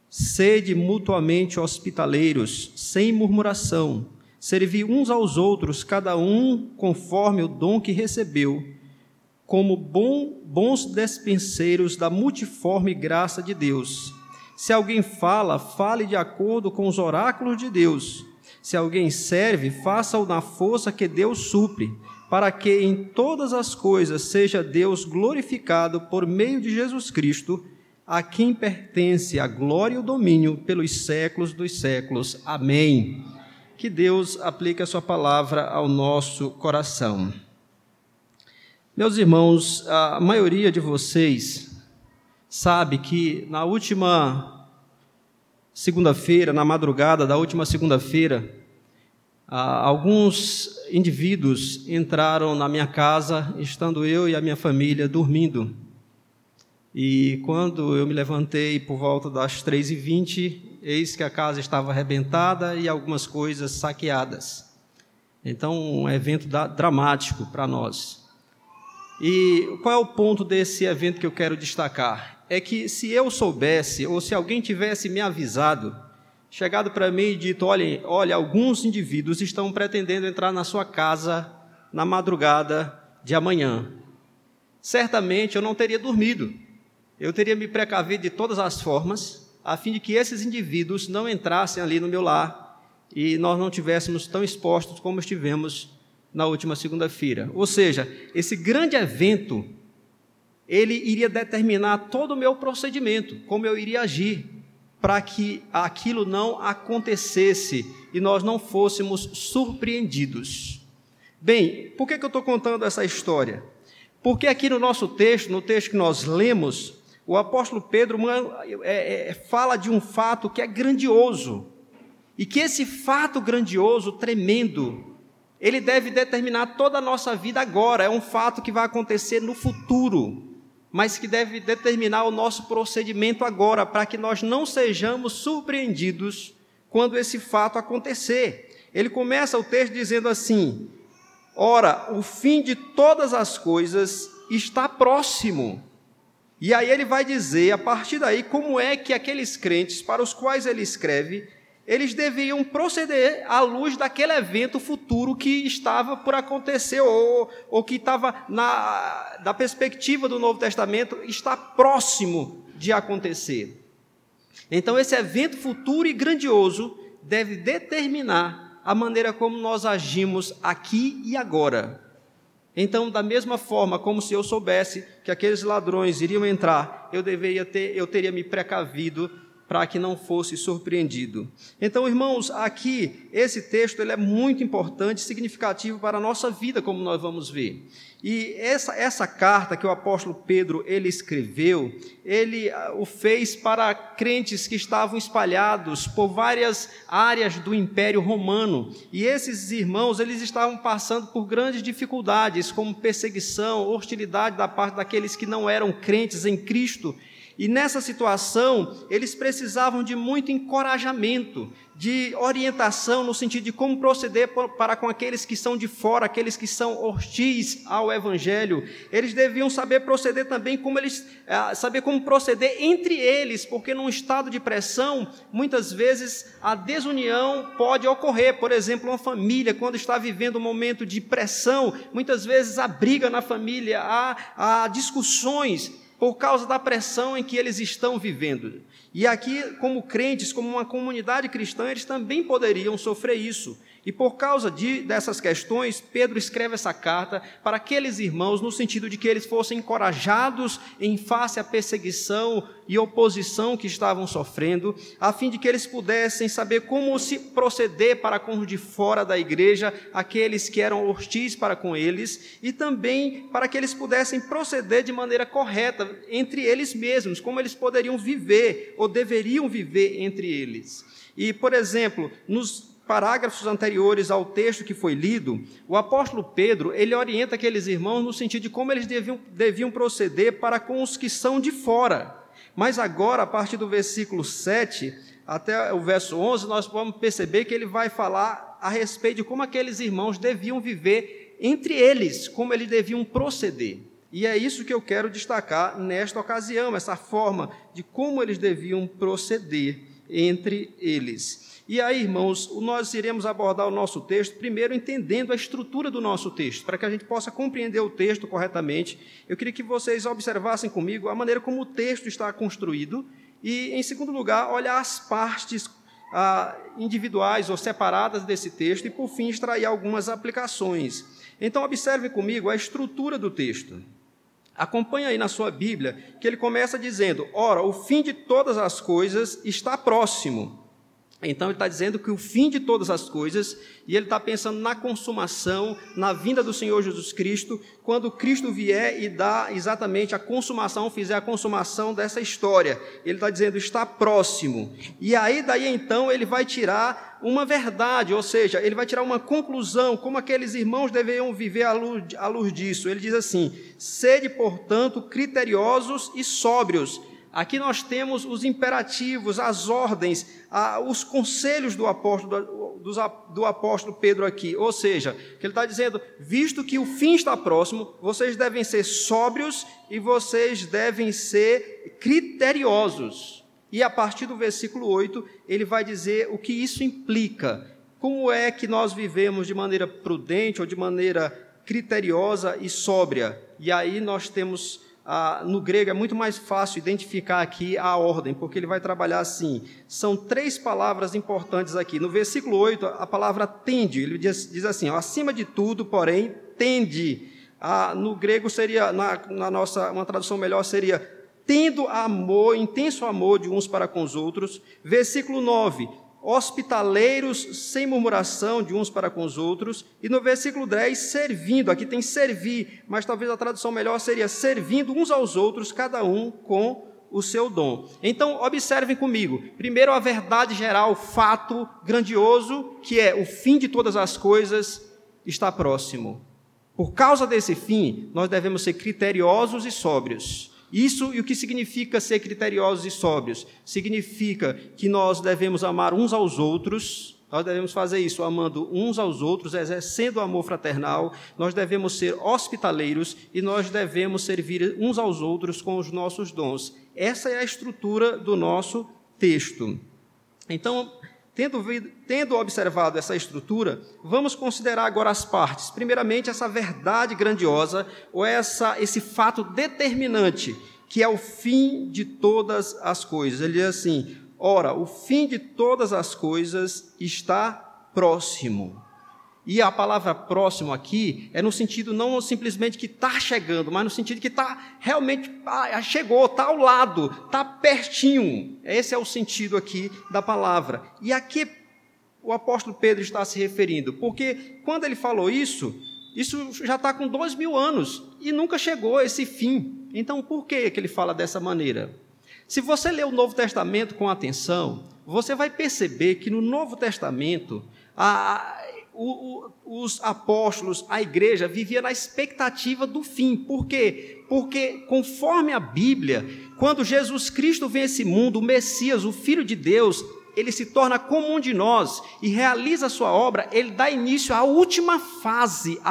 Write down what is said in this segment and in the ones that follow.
Sede mutuamente hospitaleiros, sem murmuração, servi uns aos outros, cada um conforme o dom que recebeu, como bons despenseiros da multiforme graça de Deus. Se alguém fala, fale de acordo com os oráculos de Deus. Se alguém serve, faça-o na força que Deus supre, para que em todas as coisas seja Deus glorificado por meio de Jesus Cristo, a quem pertence a glória e o domínio pelos séculos dos séculos. Amém. Que Deus aplique a sua palavra ao nosso coração. Meus irmãos, a maioria de vocês sabe que na última segunda-feira, na madrugada da última segunda-feira, alguns indivíduos entraram na minha casa, estando eu e a minha família dormindo. E quando eu me levantei por volta das 3h20, eis que a casa estava arrebentada e algumas coisas saqueadas. Então, um evento dramático para nós. E qual é o ponto desse evento que eu quero destacar? É que se eu soubesse, ou se alguém tivesse me avisado, chegado para mim e dito, olha, alguns indivíduos estão pretendendo entrar na sua casa na madrugada de amanhã, certamente eu não teria dormido. Eu teria me precavido de todas as formas, a fim de que esses indivíduos não entrassem ali no meu lar e nós não tivéssemos tão expostos como estivemos na última segunda-feira. Ou seja, esse grande evento, ele iria determinar todo o meu procedimento, como eu iria agir, para que aquilo não acontecesse e nós não fôssemos surpreendidos. Bem, por que eu estou contando essa história? Porque aqui no nosso texto, no texto que nós lemos, o apóstolo Pedro fala de um fato que é grandioso, e que esse fato grandioso, tremendo, ele deve determinar toda a nossa vida agora. É um fato que vai acontecer no futuro, mas que deve determinar o nosso procedimento agora, para que nós não sejamos surpreendidos quando esse fato acontecer. Ele começa o texto dizendo assim: ora, o fim de todas as coisas está próximo. E aí ele vai dizer, a partir daí, como é que aqueles crentes para os quais ele escreve, eles deviam proceder à luz daquele evento futuro que estava por acontecer, ou que estava da perspectiva do Novo Testamento, está próximo de acontecer. Então, esse evento futuro e grandioso deve determinar a maneira como nós agimos aqui e agora. Então, da mesma forma, como se eu soubesse que aqueles ladrões iriam entrar, eu teria me precavido para que não fosse surpreendido. Então, irmãos, aqui, esse texto ele é muito importante e significativo para a nossa vida, como nós vamos ver. E essa carta que o apóstolo Pedro ele escreveu, ele o fez para crentes que estavam espalhados por várias áreas do Império Romano. E esses irmãos, eles estavam passando por grandes dificuldades, como perseguição, hostilidade da parte daqueles que não eram crentes em Cristo. E nessa situação, eles precisavam de muito encorajamento, de orientação no sentido de como proceder para com aqueles que são de fora, aqueles que são hostis ao Evangelho. Eles deviam saber proceder também, saber como proceder entre eles, porque num estado de pressão, muitas vezes a desunião pode ocorrer. Por exemplo, uma família, quando está vivendo um momento de pressão, muitas vezes há briga na família, há discussões, por causa da pressão em que eles estão vivendo. E aqui, como crentes, como uma comunidade cristã, eles também poderiam sofrer isso. E por causa dessas questões, Pedro escreve essa carta para aqueles irmãos, no sentido de que eles fossem encorajados em face à perseguição e oposição que estavam sofrendo, a fim de que eles pudessem saber como se proceder para com os de fora da igreja, aqueles que eram hostis para com eles, e também para que eles pudessem proceder de maneira correta entre eles mesmos, como eles poderiam viver ou deveriam viver entre eles. E, por exemplo, nos parágrafos anteriores ao texto que foi lido, o apóstolo Pedro, ele orienta aqueles irmãos no sentido de como eles deviam proceder para com os que são de fora. Mas agora, a partir do versículo 7 até o verso 11, nós vamos perceber que ele vai falar a respeito de como aqueles irmãos deviam viver entre eles, como eles deviam proceder. E é isso que eu quero destacar nesta ocasião, essa forma de como eles deviam proceder entre eles. E aí, irmãos, nós iremos abordar o nosso texto, primeiro entendendo a estrutura do nosso texto, para que a gente possa compreender o texto corretamente. Eu queria que vocês observassem comigo a maneira como o texto está construído e, em segundo lugar, olhar as partes individuais ou separadas desse texto e, por fim, extrair algumas aplicações. Então, observe comigo a estrutura do texto. Acompanhe aí na sua Bíblia, que ele começa dizendo: ora, o fim de todas as coisas está próximo. Então, ele está dizendo que o fim de todas as coisas, e ele está pensando na consumação, na vinda do Senhor Jesus Cristo, quando Cristo vier e dá exatamente a consumação, fizer a consumação dessa história. Ele está dizendo, está próximo. E aí, daí então, ele vai tirar uma verdade, ou seja, ele vai tirar uma conclusão, como aqueles irmãos deveriam viver à luz disso. Ele diz assim: sede, portanto, criteriosos e sóbrios. Aqui nós temos os imperativos, as ordens, os conselhos do apóstolo Pedro aqui. Ou seja, que ele está dizendo, visto que o fim está próximo, vocês devem ser sóbrios e vocês devem ser criteriosos. E a partir do versículo 8, ele vai dizer o que isso implica. Como é que nós vivemos de maneira prudente ou de maneira criteriosa e sóbria? E aí nós temos... no grego é muito mais fácil identificar aqui a ordem, porque ele vai trabalhar assim. São 3 palavras importantes aqui. No versículo 8, a palavra tende, ele diz assim, acima de tudo, porém, tende. No grego seria, uma tradução melhor seria, tendo amor, intenso amor de uns para com os outros. Versículo 9, hospitaleiros sem murmuração de uns para com os outros, e no versículo 10, servindo, aqui tem servir, mas talvez a tradução melhor seria servindo uns aos outros, cada um com o seu dom. Então, observem comigo, primeiro a verdade geral, fato grandioso, que é o fim de todas as coisas está próximo. Por causa desse fim, nós devemos ser criteriosos e sóbrios. Isso, e o que significa ser criteriosos e sóbrios? Significa que nós devemos amar uns aos outros, nós devemos fazer isso amando uns aos outros, exercendo o amor fraternal, nós devemos ser hospitaleiros e nós devemos servir uns aos outros com os nossos dons. Essa é a estrutura do nosso texto. Então, tendo observado essa estrutura, vamos considerar agora as partes. Primeiramente, essa verdade grandiosa, ou esse fato determinante, que é o fim de todas as coisas. Ele diz assim, ora, o fim de todas as coisas está próximo. E a palavra próximo aqui é no sentido não simplesmente que está chegando, mas no sentido que está realmente, chegou, está ao lado, está pertinho. Esse é o sentido aqui da palavra. E aqui o apóstolo Pedro está se referindo, porque quando ele falou isso já está com 2000 anos e nunca chegou esse fim. Então, por que ele fala dessa maneira? Se você ler o Novo Testamento com atenção, você vai perceber que no Novo Testamento, os apóstolos, a igreja, vivia na expectativa do fim. Por quê? Porque, conforme a Bíblia, quando Jesus Cristo vem a esse mundo, o Messias, o Filho de Deus, ele se torna como um de nós e realiza a sua obra, ele dá início à última fase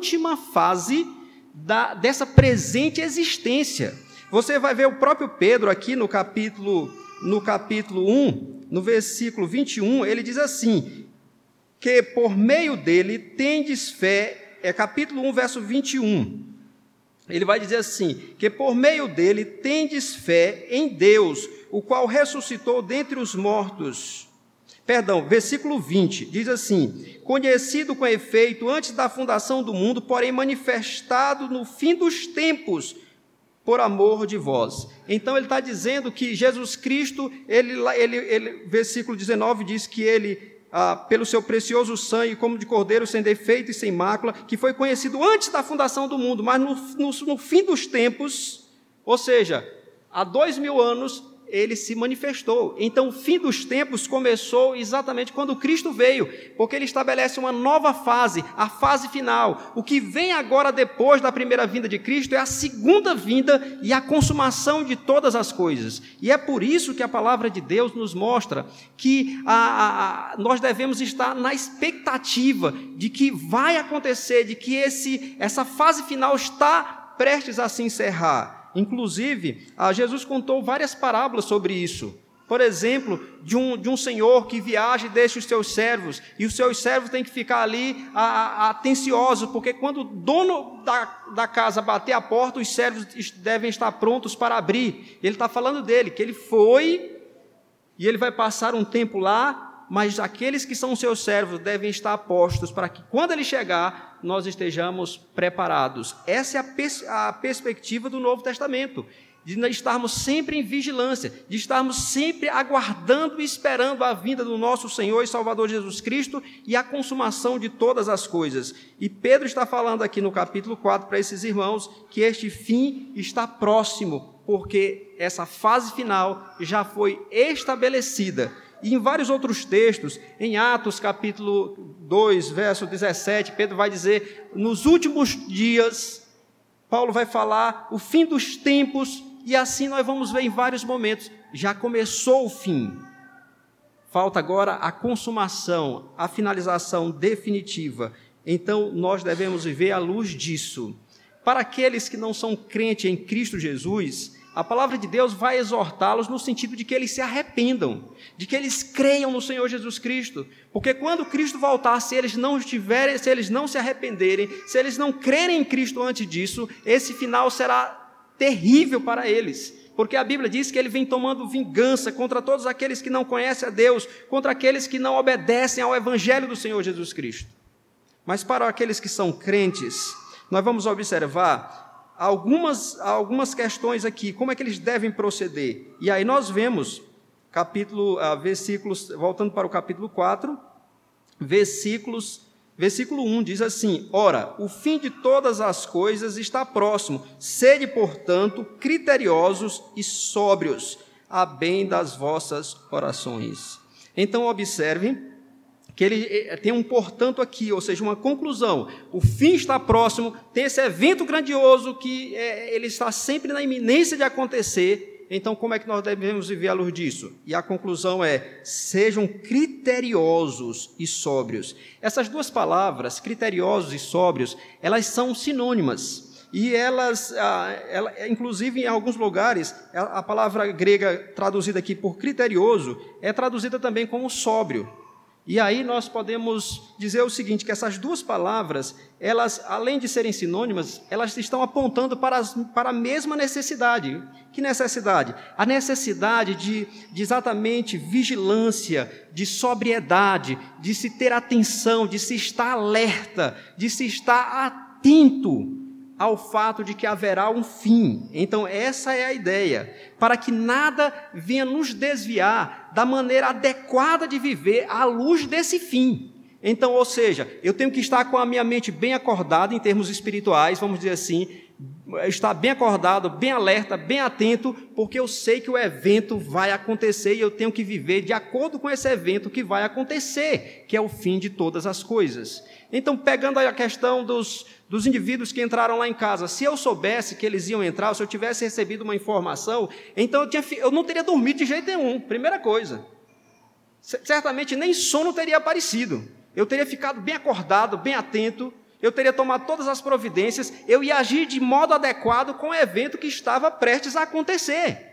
dessa presente existência. Você vai ver o próprio Pedro aqui no capítulo 1, no versículo 21, ele diz assim, que por meio dele tendes fé, capítulo 1, verso 21, ele vai dizer assim, que por meio dele tendes fé em Deus, o qual ressuscitou dentre os mortos. Versículo 20, diz assim, conhecido com efeito antes da fundação do mundo, porém manifestado no fim dos tempos, por amor de vós. Então ele está dizendo que Jesus Cristo, versículo 19 diz que ele, pelo seu precioso sangue, como de cordeiro sem defeito e sem mácula, que foi conhecido antes da fundação do mundo, mas no fim dos tempos, ou seja, há 2000 anos, ele se manifestou. Então, o fim dos tempos começou exatamente quando Cristo veio, porque ele estabelece uma nova fase, a fase final. O que vem agora depois da primeira vinda de Cristo é a segunda vinda e a consumação de todas as coisas. E é por isso que a palavra de Deus nos mostra que nós devemos estar na expectativa de que vai acontecer, de que essa fase final está prestes a se encerrar. Inclusive, Jesus contou várias parábolas sobre isso. Por exemplo, de um senhor que viaja e deixa os seus servos, e os seus servos têm que ficar ali atenciosos, porque quando o dono da casa bater a porta, os servos devem estar prontos para abrir. Ele está falando dele, que ele foi, e ele vai passar um tempo lá, mas aqueles que são seus servos devem estar postos, para que quando ele chegar, nós estejamos preparados. Essa é a perspectiva do Novo Testamento, de estarmos sempre em vigilância, de estarmos sempre aguardando e esperando a vinda do nosso Senhor e Salvador Jesus Cristo e a consumação de todas as coisas. E Pedro está falando aqui no capítulo 4 para esses irmãos que este fim está próximo, porque essa fase final já foi estabelecida. E em vários outros textos, em Atos capítulo 2, verso 17, Pedro vai dizer, nos últimos dias, Paulo vai falar o fim dos tempos, e assim nós vamos ver em vários momentos, já começou o fim. Falta agora a consumação, a finalização definitiva. Então, nós devemos viver à luz disso. Para aqueles que não são crentes em Cristo Jesus, a palavra de Deus vai exortá-los no sentido de que eles se arrependam, de que eles creiam no Senhor Jesus Cristo, porque quando Cristo voltar, se eles não se arrependerem, se eles não crerem em Cristo antes disso, esse final será terrível para eles, porque a Bíblia diz que ele vem tomando vingança contra todos aqueles que não conhecem a Deus, contra aqueles que não obedecem ao Evangelho do Senhor Jesus Cristo. Mas para aqueles que são crentes, nós vamos observar algumas questões aqui, como é que eles devem proceder. E aí nós vemos, versículos, voltando para o capítulo 4, versículo 1 diz assim, ora, o fim de todas as coisas está próximo, sede, portanto, criteriosos e sóbrios, a bem das vossas orações. Então, observe que ele tem um portanto aqui, ou seja, uma conclusão. O fim está próximo, tem esse evento grandioso que ele está sempre na iminência de acontecer. Então, como é que nós devemos viver à luz disso? E a conclusão é, sejam criteriosos e sóbrios. Essas duas palavras, criteriosos e sóbrios, elas são sinônimas. E inclusive, em alguns lugares, a palavra grega traduzida aqui por criterioso é traduzida também como sóbrio. E aí nós podemos dizer o seguinte, que essas duas palavras, elas, além de serem sinônimas, elas estão apontando para a mesma necessidade. Que necessidade? A necessidade de exatamente vigilância, de sobriedade, de se ter atenção, de se estar alerta, de se estar atento ao fato de que haverá um fim. Então, essa é a ideia, para que nada venha nos desviar da maneira adequada de viver à luz desse fim. Então, ou seja, eu tenho que estar com a minha mente bem acordada em termos espirituais, vamos dizer assim, estar bem acordado, bem alerta, bem atento, porque eu sei que o evento vai acontecer e eu tenho que viver de acordo com esse evento que vai acontecer, que é o fim de todas as coisas. Então, pegando a questão dos indivíduos que entraram lá em casa, se eu soubesse que eles iam entrar, se eu tivesse recebido uma informação, então eu não teria dormido de jeito nenhum, primeira coisa. Certamente nem sono teria aparecido. Eu teria ficado bem acordado, bem atento, eu teria tomado todas as providências, eu ia agir de modo adequado com o evento que estava prestes a acontecer.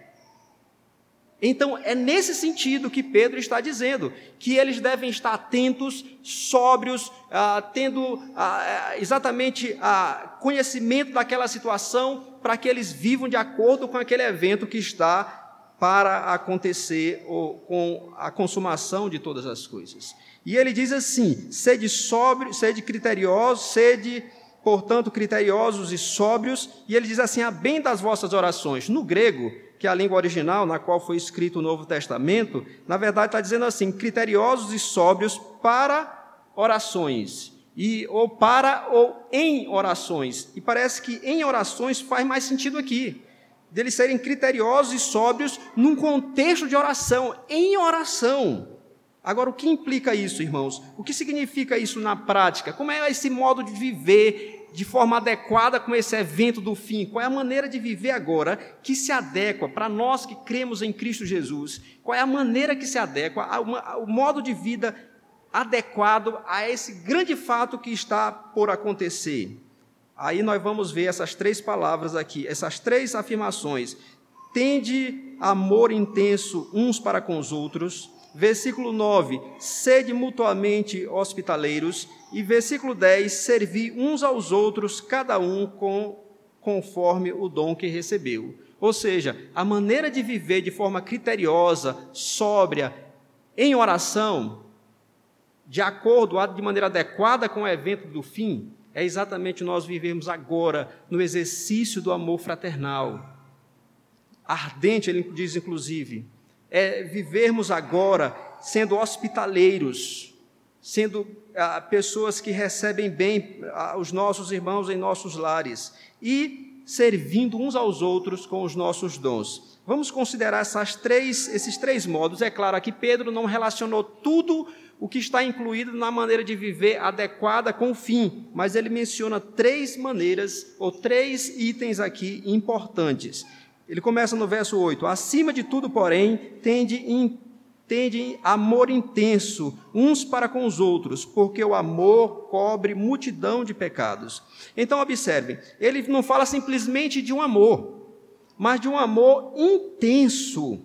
Então, é nesse sentido que Pedro está dizendo, que eles devem estar atentos, sóbrios, tendo exatamente conhecimento daquela situação, para que eles vivam de acordo com aquele evento que está para acontecer com a consumação de todas as coisas. E ele diz assim, sede sóbrios, sede criteriosos, sede, portanto, criteriosos e sóbrios, e ele diz assim, a bem das vossas orações. No grego, que é a língua original na qual foi escrito o Novo Testamento, na verdade está dizendo assim, criteriosos e sóbrios para orações, ou em orações. E parece que em orações faz mais sentido aqui, deles serem criteriosos e sóbrios num contexto de oração, em oração. Agora, o que implica isso, irmãos? O que significa isso na prática? Como é esse modo de viver de forma adequada com esse evento do fim? Qual é a maneira de viver agora que se adequa para nós que cremos em Cristo Jesus? Qual é a maneira que se adequa ao modo de vida adequado a esse grande fato que está por acontecer? Aí nós vamos ver essas 3 palavras aqui, essas 3 afirmações. Tende amor intenso uns para com os outros. Versículo 9, sede mutuamente hospitaleiros. E versículo 10, servi uns aos outros, cada um conforme o dom que recebeu. Ou seja, a maneira de viver de forma criteriosa, sóbria, em oração, de maneira adequada com o evento do fim, é exatamente nós vivermos agora no exercício do amor fraternal. Ardente, ele diz inclusive, é vivermos agora sendo hospitaleiros, sendo pessoas que recebem bem os nossos irmãos em nossos lares e servindo uns aos outros com os nossos dons. Vamos considerar esses 3 modos. É claro, aqui Pedro não relacionou tudo o que está incluído na maneira de viver adequada com o fim, mas ele menciona 3 maneiras ou 3 itens aqui importantes. Ele começa no verso 8, acima de tudo, porém, tende amor intenso uns para com os outros, porque o amor cobre multidão de pecados. Então, observem, ele não fala simplesmente de um amor, mas de um amor intenso.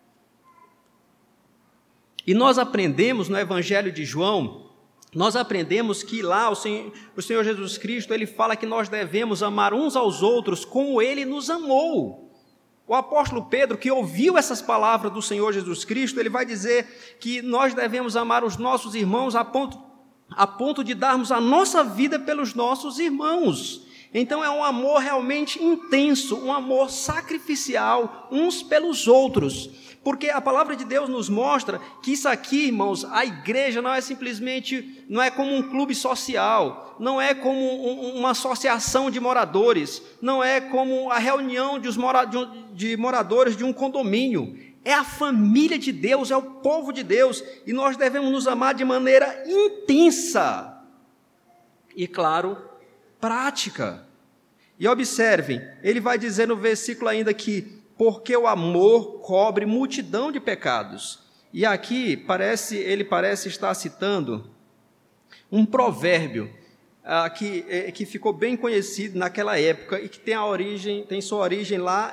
E nós aprendemos no Evangelho de João, nós aprendemos que lá o Senhor Jesus Cristo, ele fala que nós devemos amar uns aos outros como ele nos amou. O apóstolo Pedro, que ouviu essas palavras do Senhor Jesus Cristo, ele vai dizer que nós devemos amar os nossos irmãos a ponto de darmos a nossa vida pelos nossos irmãos. Então é um amor realmente intenso, um amor sacrificial uns pelos outros. Porque a palavra de Deus nos mostra que isso aqui, irmãos, a igreja não é como um clube social, não é como uma associação de moradores, não é como a reunião de moradores de um condomínio. É a família de Deus, é o povo de Deus, e nós devemos nos amar de maneira intensa e, claro, prática. E observem, ele vai dizer no versículo ainda que porque o amor cobre multidão de pecados. E aqui ele parece estar citando um provérbio que ficou bem conhecido naquela época e que tem sua origem lá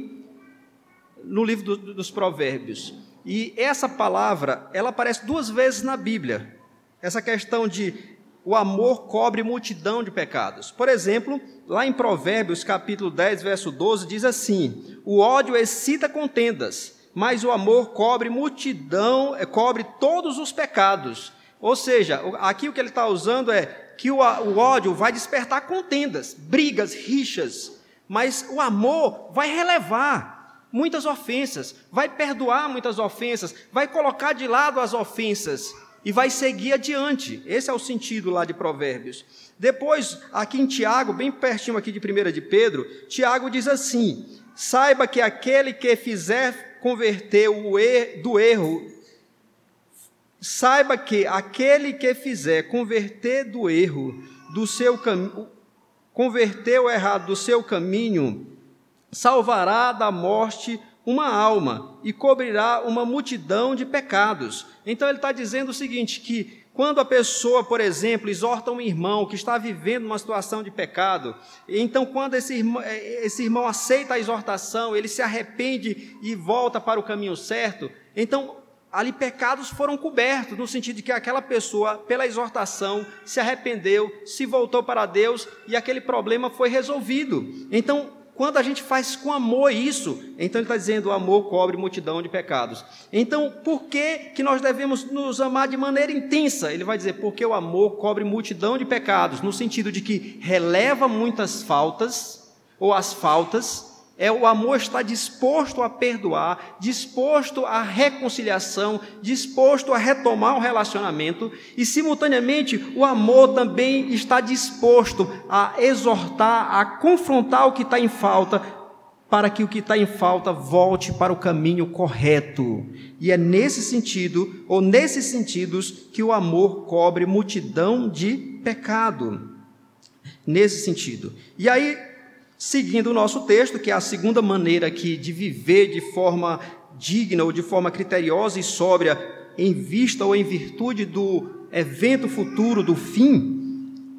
no livro dos Provérbios. E essa palavra, ela aparece 2 vezes na Bíblia. Essa questão de o amor cobre multidão de pecados. Por exemplo, lá em Provérbios, capítulo 10, verso 12, diz assim: o ódio excita contendas, mas o amor cobre todos os pecados. Ou seja, aqui o que ele está usando é que o ódio vai despertar contendas, brigas, rixas, mas o amor vai relevar muitas ofensas, vai perdoar muitas ofensas, vai colocar de lado as ofensas e vai seguir adiante. Esse é o sentido lá de Provérbios. Depois, aqui em Tiago, bem pertinho aqui de 1 de Pedro, Tiago diz assim: saiba que aquele que fizer converter saiba que aquele que fizer converter do erro do seu caminho, converter o errado do seu caminho, salvará da morte uma alma e cobrirá uma multidão de pecados. Então ele está dizendo o seguinte, que quando a pessoa, por exemplo, exorta um irmão que está vivendo uma situação de pecado, então quando esse irmão aceita a exortação, ele se arrepende e volta para o caminho certo, então ali pecados foram cobertos, no sentido de que aquela pessoa, pela exortação, se arrependeu, se voltou para Deus e aquele problema foi resolvido. Então, quando a gente faz com amor isso, então ele está dizendo o amor cobre multidão de pecados. Então, por que nós devemos nos amar de maneira intensa? Ele vai dizer, porque o amor cobre multidão de pecados, no sentido de que releva muitas faltas, ou as faltas, o amor está disposto a perdoar, disposto à reconciliação, disposto a retomar um relacionamento e, simultaneamente, o amor também está disposto a exortar, a confrontar o que está em falta, para que o que está em falta volte para o caminho correto. E é nesse sentido, ou nesses sentidos, que o amor cobre multidão de pecado. Nesse sentido. E aí, seguindo o nosso texto, que é a segunda maneira aqui de viver de forma digna ou de forma criteriosa e sóbria, em vista ou em virtude do evento futuro do fim,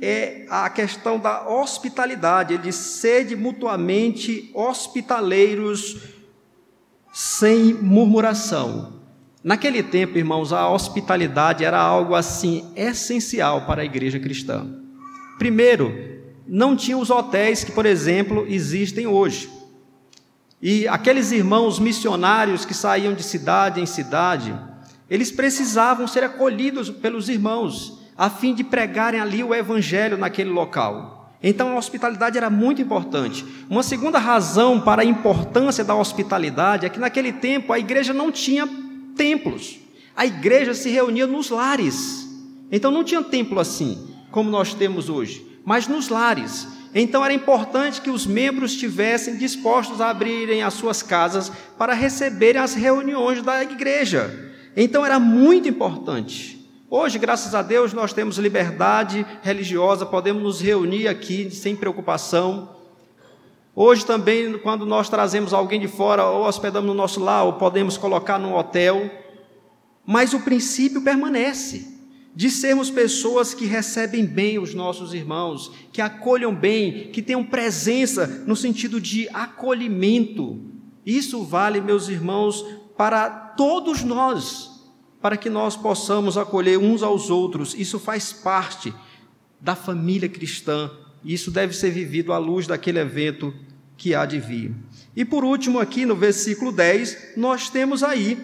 é a questão da hospitalidade. Ele diz: sede mutuamente hospitaleiros sem murmuração. Naquele tempo, irmãos, a hospitalidade era algo assim essencial para a igreja cristã. Primeiro, não tinha os hotéis que, por exemplo, existem hoje. E aqueles irmãos missionários que saíam de cidade em cidade, eles precisavam ser acolhidos pelos irmãos, a fim de pregarem ali o evangelho naquele local. Então a hospitalidade era muito importante. Uma segunda razão para a importância da hospitalidade é que naquele tempo a igreja não tinha templos. A igreja se reunia nos lares. Então não tinha templo assim, como nós temos hoje, mas nos lares. Então era importante que os membros estivessem dispostos a abrirem as suas casas para receberem as reuniões da igreja. Então era muito importante. Hoje, graças a Deus, nós temos liberdade religiosa, podemos nos reunir aqui sem preocupação. Hoje também, quando nós trazemos alguém de fora, ou hospedamos no nosso lar, ou podemos colocar num hotel, mas o princípio permanece, de sermos pessoas que recebem bem os nossos irmãos, que acolham bem, que tenham presença no sentido de acolhimento. Isso vale, meus irmãos, para todos nós, para que nós possamos acolher uns aos outros. Isso faz parte da família cristã. Isso deve ser vivido à luz daquele evento que há de vir. E por último, aqui no versículo 10, nós temos aí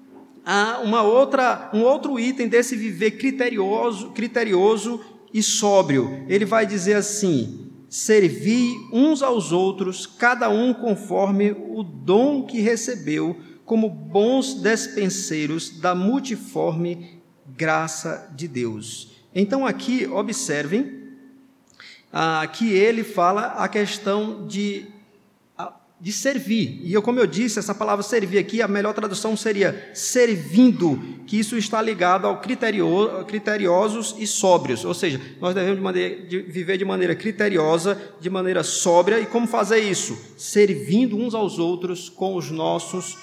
um outro item desse viver criterioso e sóbrio. Ele vai dizer assim: servi uns aos outros, cada um conforme o dom que recebeu, como bons despenseiros da multiforme graça de Deus. Então aqui, observem, que ele fala a questão de servir. E como eu disse, essa palavra servir aqui, a melhor tradução seria servindo, que isso está ligado ao criteriosos e sóbrios. Ou seja, nós devemos viver de maneira criteriosa, de maneira sóbria. E como fazer isso? Servindo uns aos outros com os nossos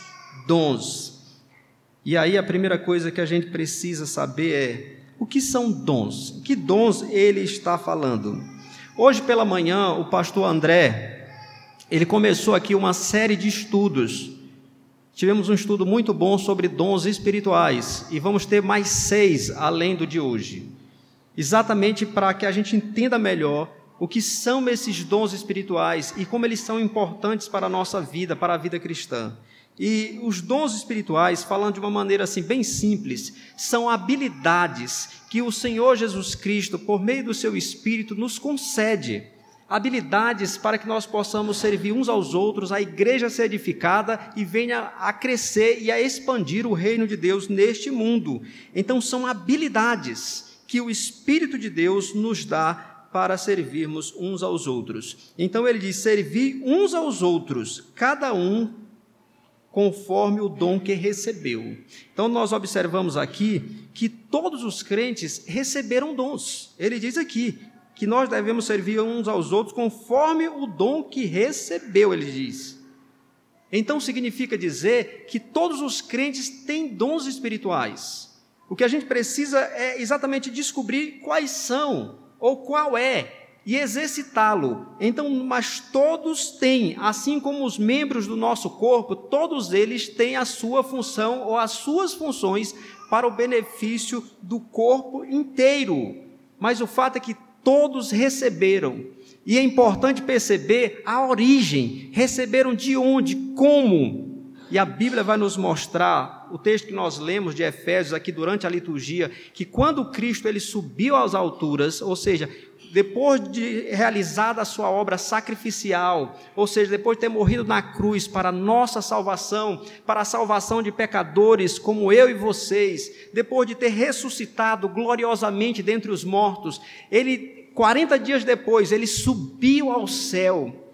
dons. E aí a primeira coisa que a gente precisa saber é: o que são dons? Que dons ele está falando? Hoje pela manhã, o pastor André, ele começou aqui uma série de estudos. Tivemos um estudo muito bom sobre dons espirituais, e vamos ter mais 6 além do de hoje, exatamente para que a gente entenda melhor o que são esses dons espirituais e como eles são importantes para a nossa vida, para a vida cristã. E os dons espirituais, falando de uma maneira assim bem simples, são habilidades que o Senhor Jesus Cristo, por meio do seu Espírito, nos concede. Habilidades para que nós possamos servir uns aos outros, a igreja ser edificada e venha a crescer e a expandir o reino de Deus neste mundo. Então são habilidades que o Espírito de Deus nos dá para servirmos uns aos outros. Então ele diz: servir uns aos outros, cada um conforme o dom que recebeu. Então nós observamos aqui que todos os crentes receberam dons. Ele diz aqui que nós devemos servir uns aos outros conforme o dom que recebeu, ele diz. Então significa dizer que todos os crentes têm dons espirituais. O que a gente precisa é exatamente descobrir quais são, ou qual é, e exercitá-lo. Então, mas todos têm, assim como os membros do nosso corpo, todos eles têm a sua função ou as suas funções para o benefício do corpo inteiro. Mas o fato é que todos receberam. E é importante perceber a origem. Receberam de onde? Como? E a Bíblia vai nos mostrar, o texto que nós lemos de Efésios aqui durante a liturgia, que quando Cristo ele subiu às alturas, ou seja, depois de realizada a sua obra sacrificial, ou seja, depois de ter morrido na cruz para a nossa salvação, para a salvação de pecadores como eu e vocês, depois de ter ressuscitado gloriosamente dentre os mortos, ele, 40 dias depois, ele subiu ao céu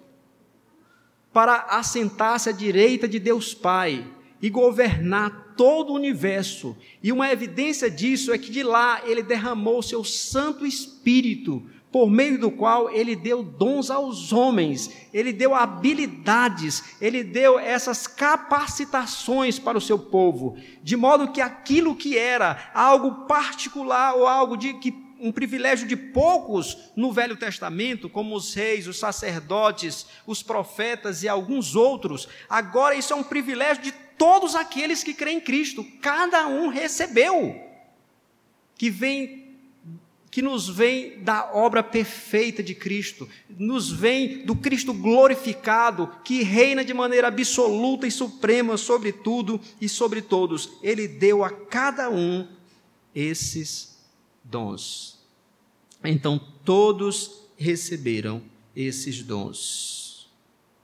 para assentar-se à direita de Deus Pai e governar todo o universo. E uma evidência disso é que de lá ele derramou o seu Santo Espírito, por meio do qual ele deu dons aos homens, ele deu habilidades, ele deu essas capacitações para o seu povo, de modo que aquilo que era algo particular ou algo que um privilégio de poucos no Velho Testamento, como os reis, os sacerdotes, os profetas e alguns outros. Agora isso é um privilégio de todos aqueles que creem em Cristo. Cada um recebeu, que nos vem da obra perfeita de Cristo, nos vem do Cristo glorificado, que reina de maneira absoluta e suprema sobre tudo e sobre todos. Ele deu a cada um esses dons. Então, todos receberam esses dons.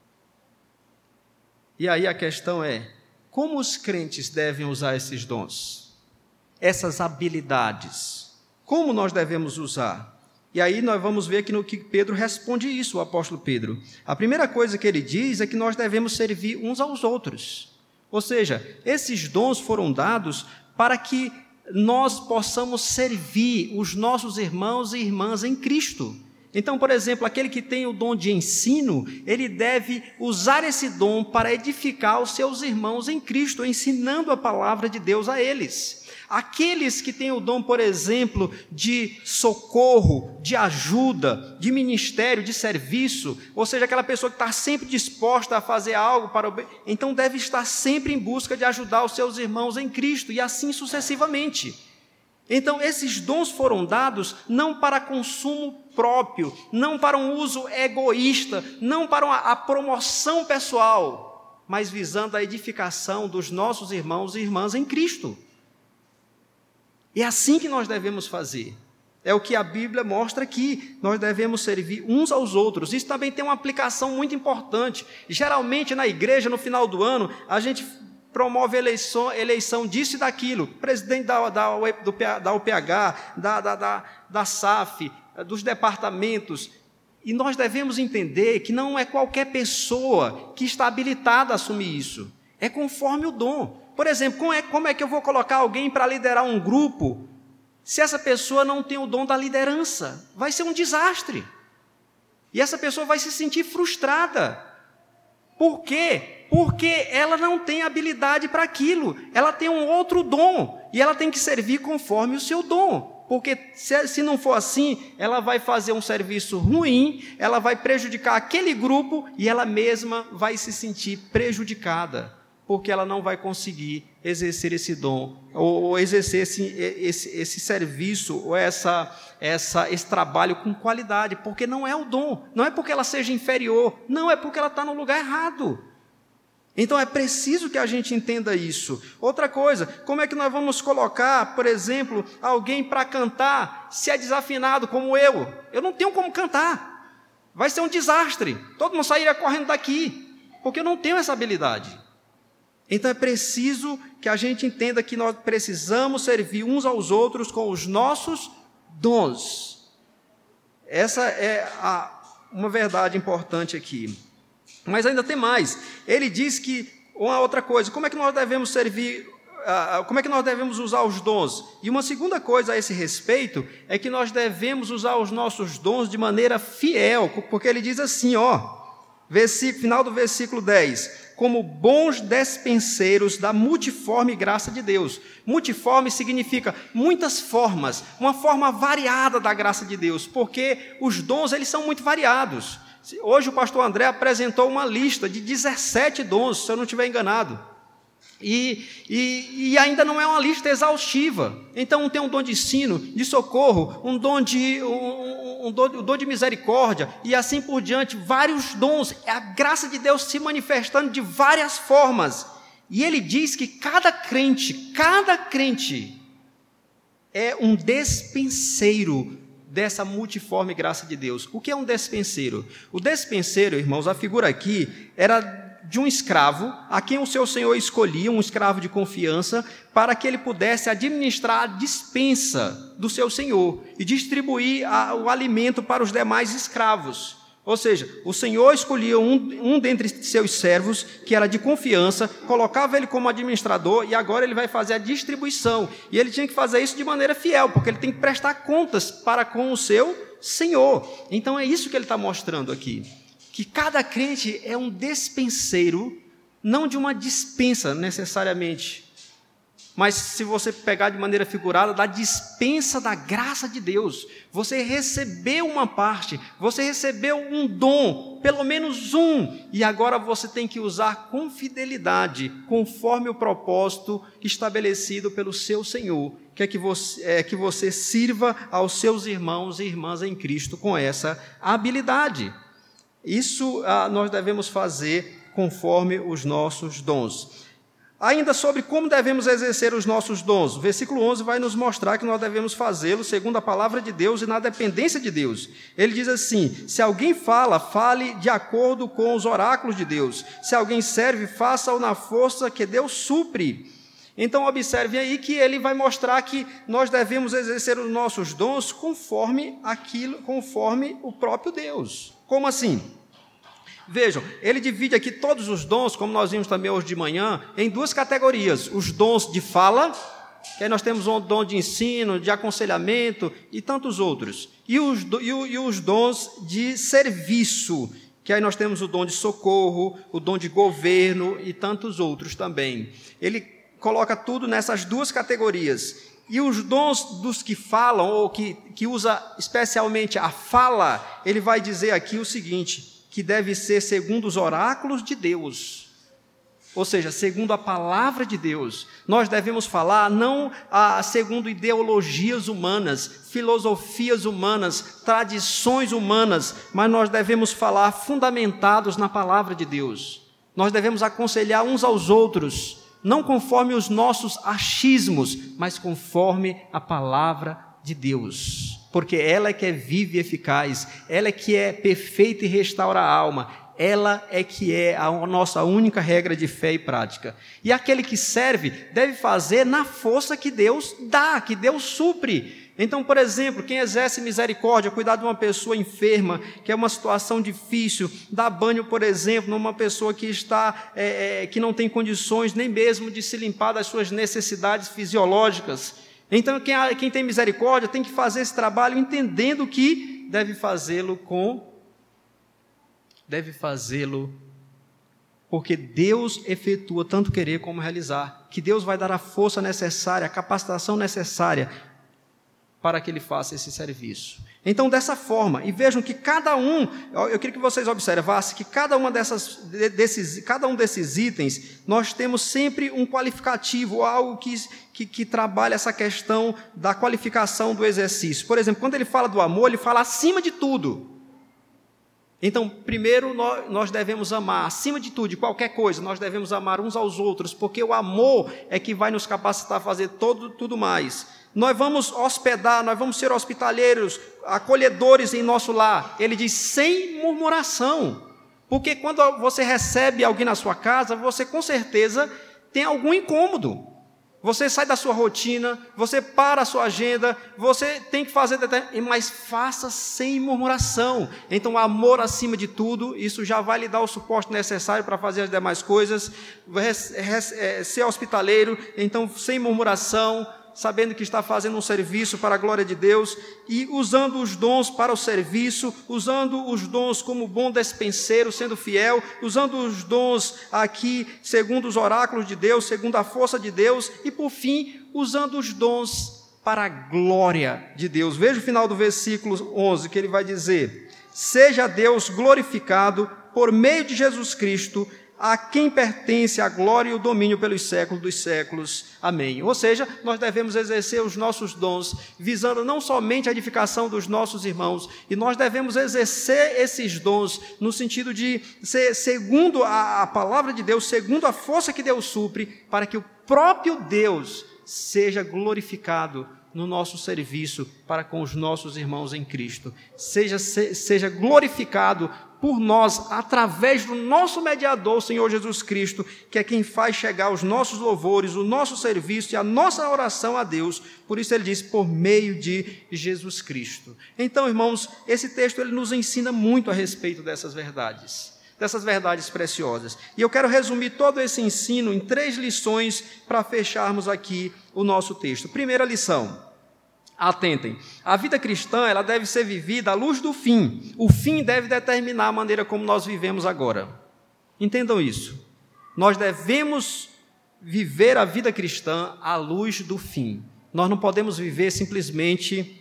E aí a questão é, como os crentes devem usar esses dons? Essas habilidades? Como nós devemos usar? E aí nós vamos ver aqui no que Pedro responde isso, o apóstolo Pedro. A primeira coisa que ele diz é que nós devemos servir uns aos outros. Ou seja, esses dons foram dados para que nós possamos servir os nossos irmãos e irmãs em Cristo. Então, por exemplo, aquele que tem o dom de ensino, ele deve usar esse dom para edificar os seus irmãos em Cristo, ensinando a palavra de Deus a eles. Aqueles que têm o dom, por exemplo, de socorro, de ajuda, de ministério, de serviço, ou seja, aquela pessoa que está sempre disposta a fazer algo para o bem, então deve estar sempre em busca de ajudar os seus irmãos em Cristo, e assim sucessivamente. Então, esses dons foram dados não para consumo próprio, não para um uso egoísta, não para a promoção pessoal, mas visando a edificação dos nossos irmãos e irmãs em Cristo. É assim que nós devemos fazer. É o que a Bíblia mostra aqui. Nós devemos servir uns aos outros. Isso também tem uma aplicação muito importante. Geralmente, na igreja, no final do ano, a gente promove eleição disso e daquilo. Presidente da UPH, da SAF, dos departamentos. E nós devemos entender que não é qualquer pessoa que está habilitada a assumir isso. É conforme o dom. Por exemplo, como é que eu vou colocar alguém para liderar um grupo se essa pessoa não tem o dom da liderança? Vai ser um desastre. E essa pessoa vai se sentir frustrada. Por quê? Porque ela não tem habilidade para aquilo. Ela tem um outro dom e ela tem que servir conforme o seu dom. Porque se não for assim, ela vai fazer um serviço ruim, ela vai prejudicar aquele grupo e ela mesma vai se sentir prejudicada, porque ela não vai conseguir exercer esse dom, ou exercer esse serviço, ou esse trabalho com qualidade, porque não é o dom, não é porque ela seja inferior, não, é porque ela está no lugar errado. Então é preciso que a gente entenda isso. Outra coisa, como é que nós vamos colocar, por exemplo, alguém para cantar, se é desafinado como eu? Eu não tenho como cantar, vai ser um desastre, todo mundo sairia correndo daqui, porque eu não tenho essa habilidade. Então é preciso que a gente entenda que nós precisamos servir uns aos outros com os nossos dons. Essa é uma verdade importante aqui. Mas ainda tem mais. Ele diz que, uma outra coisa, como é que nós devemos servir, como é que nós devemos usar os dons? E uma segunda coisa a esse respeito é que nós devemos usar os nossos dons de maneira fiel, porque ele diz assim, final do versículo 10, como bons despenseiros da multiforme graça de Deus. Multiforme significa muitas formas, uma forma variada da graça de Deus, porque os dons eles são muito variados. Hoje o pastor André apresentou uma lista de 17 dons, se eu não estiver enganado. E ainda não é uma lista exaustiva. Então tem um dom de ensino, de socorro, um dom de misericórdia e assim por diante, vários dons, é a graça de Deus se manifestando de várias formas. E ele diz que cada crente é um despenseiro dessa multiforme graça de Deus. O que é um despenseiro? O despenseiro, irmãos, a figura aqui era de um escravo, a quem o seu senhor escolhia, um escravo de confiança, para que ele pudesse administrar a despensa do seu senhor e distribuir o alimento para os demais escravos. Ou seja, o senhor escolhia um dentre seus servos, que era de confiança, colocava ele como administrador e agora ele vai fazer a distribuição. E ele tinha que fazer isso de maneira fiel, porque ele tem que prestar contas para com o seu senhor. Então é isso que ele está mostrando aqui. Que cada crente é um despenseiro, não de uma dispensa necessariamente, mas se você pegar de maneira figurada, da dispensa da graça de Deus. Você recebeu uma parte, você recebeu um dom, pelo menos um, e agora você tem que usar com fidelidade, conforme o propósito estabelecido pelo seu Senhor, que é que você sirva aos seus irmãos e irmãs em Cristo com essa habilidade. Isso nós devemos fazer conforme os nossos dons. Ainda sobre como devemos exercer os nossos dons, o versículo 11 vai nos mostrar que nós devemos fazê-lo segundo a palavra de Deus e na dependência de Deus. Ele diz assim: se alguém fala, fale de acordo com os oráculos de Deus. Se alguém serve, faça-o na força que Deus supre. Então observe aí que ele vai mostrar que nós devemos exercer os nossos dons conforme o próprio Deus. Como assim? Vejam, ele divide aqui todos os dons, como nós vimos também hoje de manhã, em duas categorias: os dons de fala, que aí nós temos um dom de ensino, de aconselhamento e tantos outros, e os dons de serviço, que aí nós temos o dom de socorro, o dom de governo e tantos outros também. Ele coloca tudo nessas duas categorias. E os dons dos que falam, ou que usa especialmente a fala, ele vai dizer aqui o seguinte: que deve ser segundo os oráculos de Deus, ou seja, segundo a palavra de Deus. Nós devemos falar não segundo ideologias humanas, filosofias humanas, tradições humanas, mas nós devemos falar fundamentados na palavra de Deus. Nós devemos aconselhar uns aos outros, não conforme os nossos achismos, mas conforme a palavra de Deus. Porque ela é que é viva e eficaz, ela é que é perfeita e restaura a alma, ela é que é a nossa única regra de fé e prática. E aquele que serve deve fazer na força que Deus dá, que Deus supre. Então, por exemplo, quem exerce misericórdia, cuidar de uma pessoa enferma, que é uma situação difícil, dar banho, por exemplo, numa pessoa que que não tem condições nem mesmo de se limpar das suas necessidades fisiológicas. Então, quem tem misericórdia tem que fazer esse trabalho entendendo que deve fazê-lo porque Deus efetua tanto querer como realizar, que Deus vai dar a força necessária, a capacitação necessária para que ele faça esse serviço. Então, dessa forma, e vejam que eu queria que vocês observassem que cada um desses itens, nós temos sempre um qualificativo, algo que trabalha essa questão da qualificação do exercício. Por exemplo, quando ele fala do amor, ele fala acima de tudo. Então, primeiro, nós devemos amar, acima de tudo, de qualquer coisa, nós devemos amar uns aos outros, porque o amor é que vai nos capacitar a fazer tudo mais. Nós vamos hospedar, nós vamos ser hospitaleiros, acolhedores em nosso lar. Ele diz, sem murmuração, porque quando você recebe alguém na sua casa, você com certeza tem algum incômodo. Você sai da sua rotina, você para a sua agenda, você tem que fazer, mas faça sem murmuração. Então, amor acima de tudo, isso já vai lhe dar o suporte necessário para fazer as demais coisas. Ser hospitaleiro, então, sem murmuração, sabendo que está fazendo um serviço para a glória de Deus, e usando os dons para o serviço, usando os dons como bom despenseiro, sendo fiel, usando os dons aqui segundo os oráculos de Deus, segundo a força de Deus, e por fim, usando os dons para a glória de Deus. Veja o final do versículo 11, que ele vai dizer: seja Deus glorificado por meio de Jesus Cristo, a quem pertence a glória e o domínio pelos séculos dos séculos. Amém. Ou seja, nós devemos exercer os nossos dons, visando não somente a edificação dos nossos irmãos, e nós devemos exercer esses dons no sentido de ser segundo a palavra de Deus, segundo a força que Deus supre, para que o próprio Deus seja glorificado no nosso serviço para com os nossos irmãos em Cristo. Seja glorificado por nós, através do nosso mediador, Senhor Jesus Cristo, que é quem faz chegar os nossos louvores, o nosso serviço e a nossa oração a Deus. Por isso ele diz, por meio de Jesus Cristo. Então, irmãos, esse texto ele nos ensina muito a respeito dessas verdades preciosas. E eu quero resumir todo esse ensino em 3 lições para fecharmos aqui o nosso texto. Primeira lição. Atentem, a vida cristã ela deve ser vivida à luz do fim. O fim deve determinar a maneira como nós vivemos agora. Entendam isso. Nós devemos viver a vida cristã à luz do fim. Nós não podemos viver simplesmente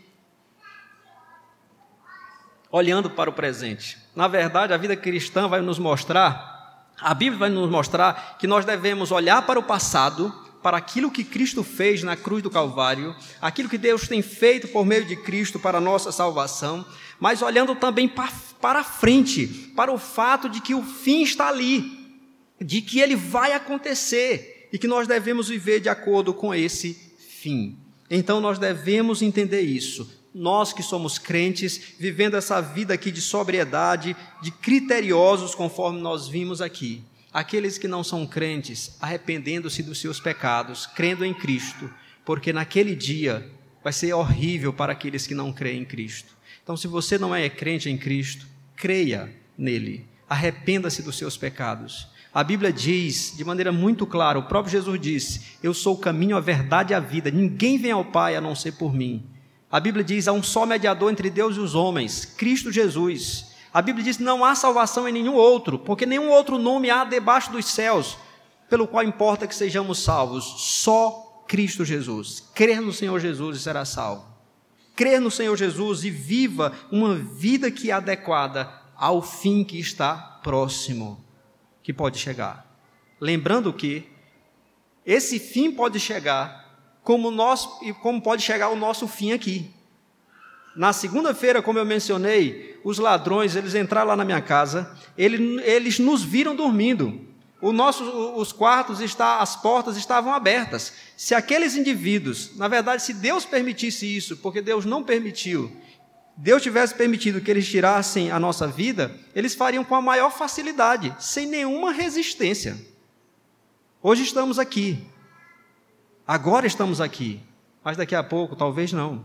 olhando para o presente. Na verdade, a vida cristã vai nos mostrar, a Bíblia vai nos mostrar que nós devemos olhar para o passado, para aquilo que Cristo fez na cruz do Calvário, aquilo que Deus tem feito por meio de Cristo para a nossa salvação, mas olhando também para frente, para o fato de que o fim está ali, de que ele vai acontecer e que nós devemos viver de acordo com esse fim. Então nós devemos entender isso. Nós que somos crentes, vivendo essa vida aqui de sobriedade, de criteriosos, conforme nós vimos aqui. Aqueles que não são crentes, arrependendo-se dos seus pecados, crendo em Cristo, porque naquele dia vai ser horrível para aqueles que não creem em Cristo. Então, se você não é crente em Cristo, creia nele, arrependa-se dos seus pecados. A Bíblia diz, de maneira muito clara, o próprio Jesus disse: eu sou o caminho, a verdade e a vida, ninguém vem ao Pai a não ser por mim. A Bíblia diz, há um só mediador entre Deus e os homens, Cristo Jesus. A Bíblia diz, não há salvação em nenhum outro, porque nenhum outro nome há debaixo dos céus, pelo qual importa que sejamos salvos, só Cristo Jesus. Crer no Senhor Jesus e será salvo. Crer no Senhor Jesus e viva uma vida que é adequada ao fim que está próximo, que pode chegar. Lembrando que esse fim pode chegar como pode chegar o nosso fim aqui. Na segunda-feira, como eu mencionei, os ladrões, eles entraram lá na minha casa, eles nos viram dormindo. Os quartos, as portas estavam abertas. Se aqueles indivíduos, na verdade, se Deus permitisse isso, porque Deus não permitiu, Deus tivesse permitido que eles tirassem a nossa vida, eles fariam com a maior facilidade, sem nenhuma resistência. Hoje estamos aqui. Agora estamos aqui, mas daqui a pouco, talvez não.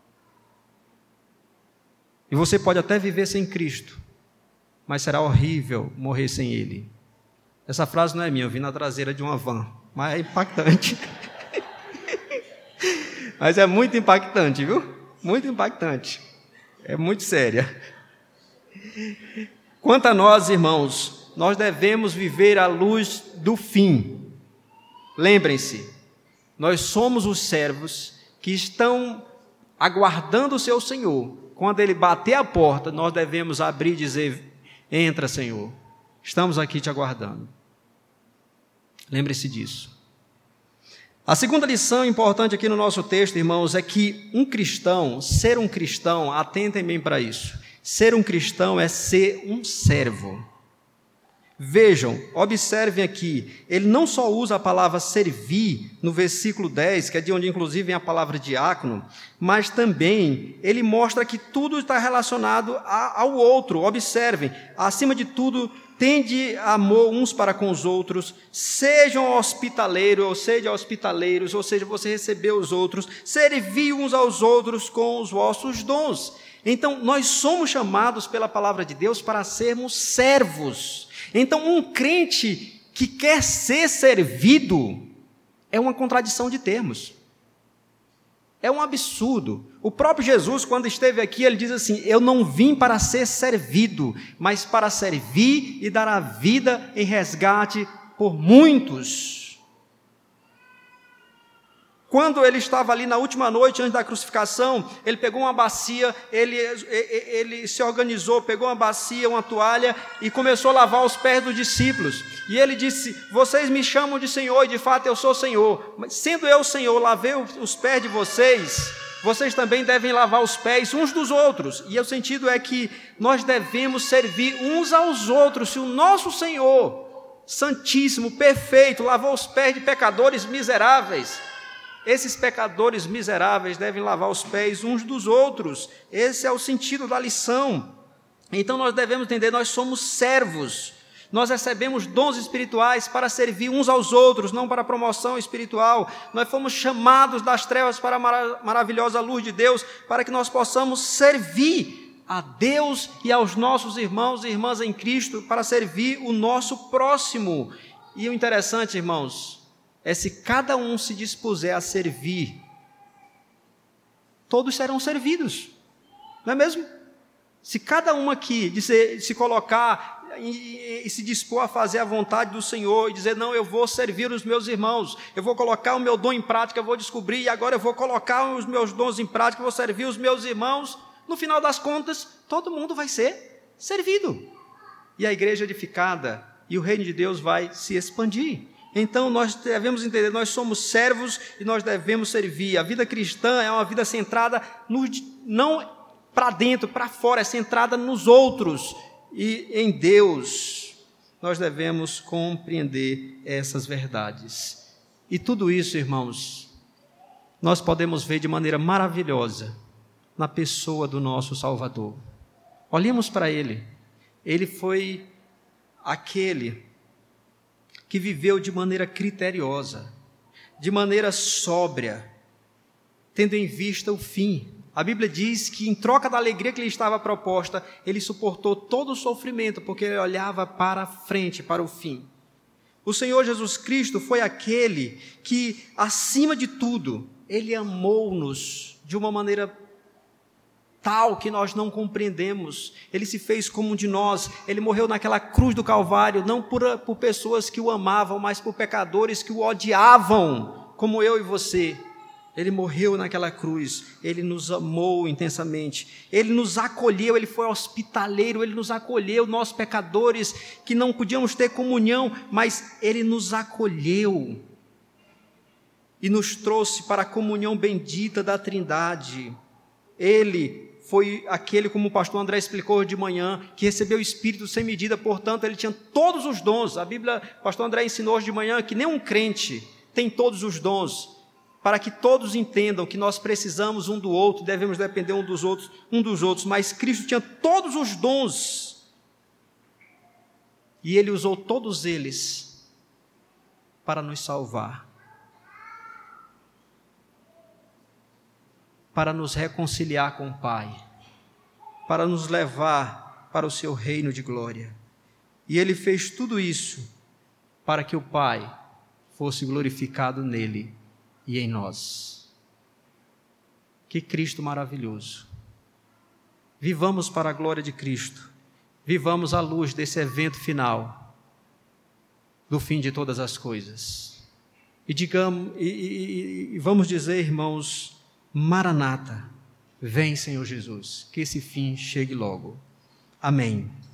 E você pode até viver sem Cristo, mas será horrível morrer sem Ele. Essa frase não é minha, eu vi na traseira de uma van, mas é impactante. Mas é muito impactante, viu? Muito impactante. É muito séria. Quanto a nós, irmãos, nós devemos viver à luz do fim. Lembrem-se, nós somos os servos que estão aguardando o seu Senhor. Quando Ele bater a porta, nós devemos abrir e dizer: entra, Senhor, estamos aqui te aguardando. Lembre-se disso. A segunda lição importante aqui no nosso texto, irmãos, é que ser um cristão, atentem bem para isso, ser um cristão é ser um servo. Vejam, observem aqui, ele não só usa a palavra servir no versículo 10, que é de onde inclusive vem a palavra diácono, mas também ele mostra que tudo está relacionado ao outro. Observem, acima de tudo, tende amor uns para com os outros, sejam hospitaleiros, ou seja, você recebeu os outros, servir uns aos outros com os vossos dons. Então, nós somos chamados pela palavra de Deus para sermos servos. Então, um crente que quer ser servido é uma contradição de termos. É um absurdo. O próprio Jesus, quando esteve aqui, ele diz assim: eu não vim para ser servido, mas para servir e dar a vida em resgate por muitos. Quando ele estava ali na última noite, antes da crucificação, ele pegou uma bacia, ele se organizou, pegou uma bacia, uma toalha e começou a lavar os pés dos discípulos. E ele disse: vocês me chamam de Senhor, e de fato eu sou Senhor. Mas sendo eu Senhor, lavei os pés de vocês, vocês também devem lavar os pés uns dos outros. E o sentido é que nós devemos servir uns aos outros. Se o nosso Senhor, Santíssimo, perfeito, lavou os pés de pecadores miseráveis, esses pecadores miseráveis devem lavar os pés uns dos outros. Esse é o sentido da lição. Então nós devemos entender, nós somos servos. Nós recebemos dons espirituais para servir uns aos outros, não para promoção espiritual. Nós fomos chamados das trevas para a maravilhosa luz de Deus, para que nós possamos servir a Deus e aos nossos irmãos e irmãs em Cristo, para servir o nosso próximo. E o interessante, irmãos, é se cada um se dispuser a servir, todos serão servidos, não é mesmo? Se cada um aqui se colocar e se dispor a fazer a vontade do Senhor e dizer, não, eu vou servir os meus irmãos, eu vou colocar o meu dom em prática, eu vou descobrir, e agora eu vou colocar os meus dons em prática, eu vou servir os meus irmãos, no final das contas, todo mundo vai ser servido. E a igreja edificada e o reino de Deus vai se expandir. Então nós devemos entender, nós somos servos e nós devemos servir. A vida cristã é uma vida centrada não para dentro, para fora, é centrada nos outros e em Deus. Nós devemos compreender essas verdades. E tudo isso, irmãos, nós podemos ver de maneira maravilhosa na pessoa do nosso Salvador. Olhemos para Ele. Ele foi aquele que viveu de maneira criteriosa, de maneira sóbria, tendo em vista o fim. A Bíblia diz que, em troca da alegria que lhe estava proposta, ele suportou todo o sofrimento, porque ele olhava para a frente, para o fim. O Senhor Jesus Cristo foi aquele que, acima de tudo, ele amou-nos de uma maneira tal que nós não compreendemos. Ele se fez como um de nós, ele morreu naquela cruz do Calvário, não por pessoas que o amavam, mas por pecadores que o odiavam, como eu e você. Ele morreu naquela cruz, ele nos amou intensamente, ele nos acolheu, ele foi hospitaleiro, ele nos acolheu, nós pecadores que não podíamos ter comunhão, mas ele nos acolheu e nos trouxe para a comunhão bendita da Trindade. Ele foi aquele, como o pastor André explicou de manhã, que recebeu o Espírito sem medida, portanto, ele tinha todos os dons. A Bíblia, o pastor André ensinou hoje de manhã que nenhum crente tem todos os dons, para que todos entendam que nós precisamos um do outro, devemos depender um dos outros, mas Cristo tinha todos os dons, e Ele usou todos eles para nos salvar, para nos reconciliar com o Pai, para nos levar para o seu reino de glória. E Ele fez tudo isso para que o Pai fosse glorificado nele e em nós. Que Cristo maravilhoso! Vivamos para a glória de Cristo, vivamos à luz desse evento final, do fim de todas as coisas. E vamos dizer, irmãos, Maranata, vem Senhor Jesus, que esse fim chegue logo. Amém.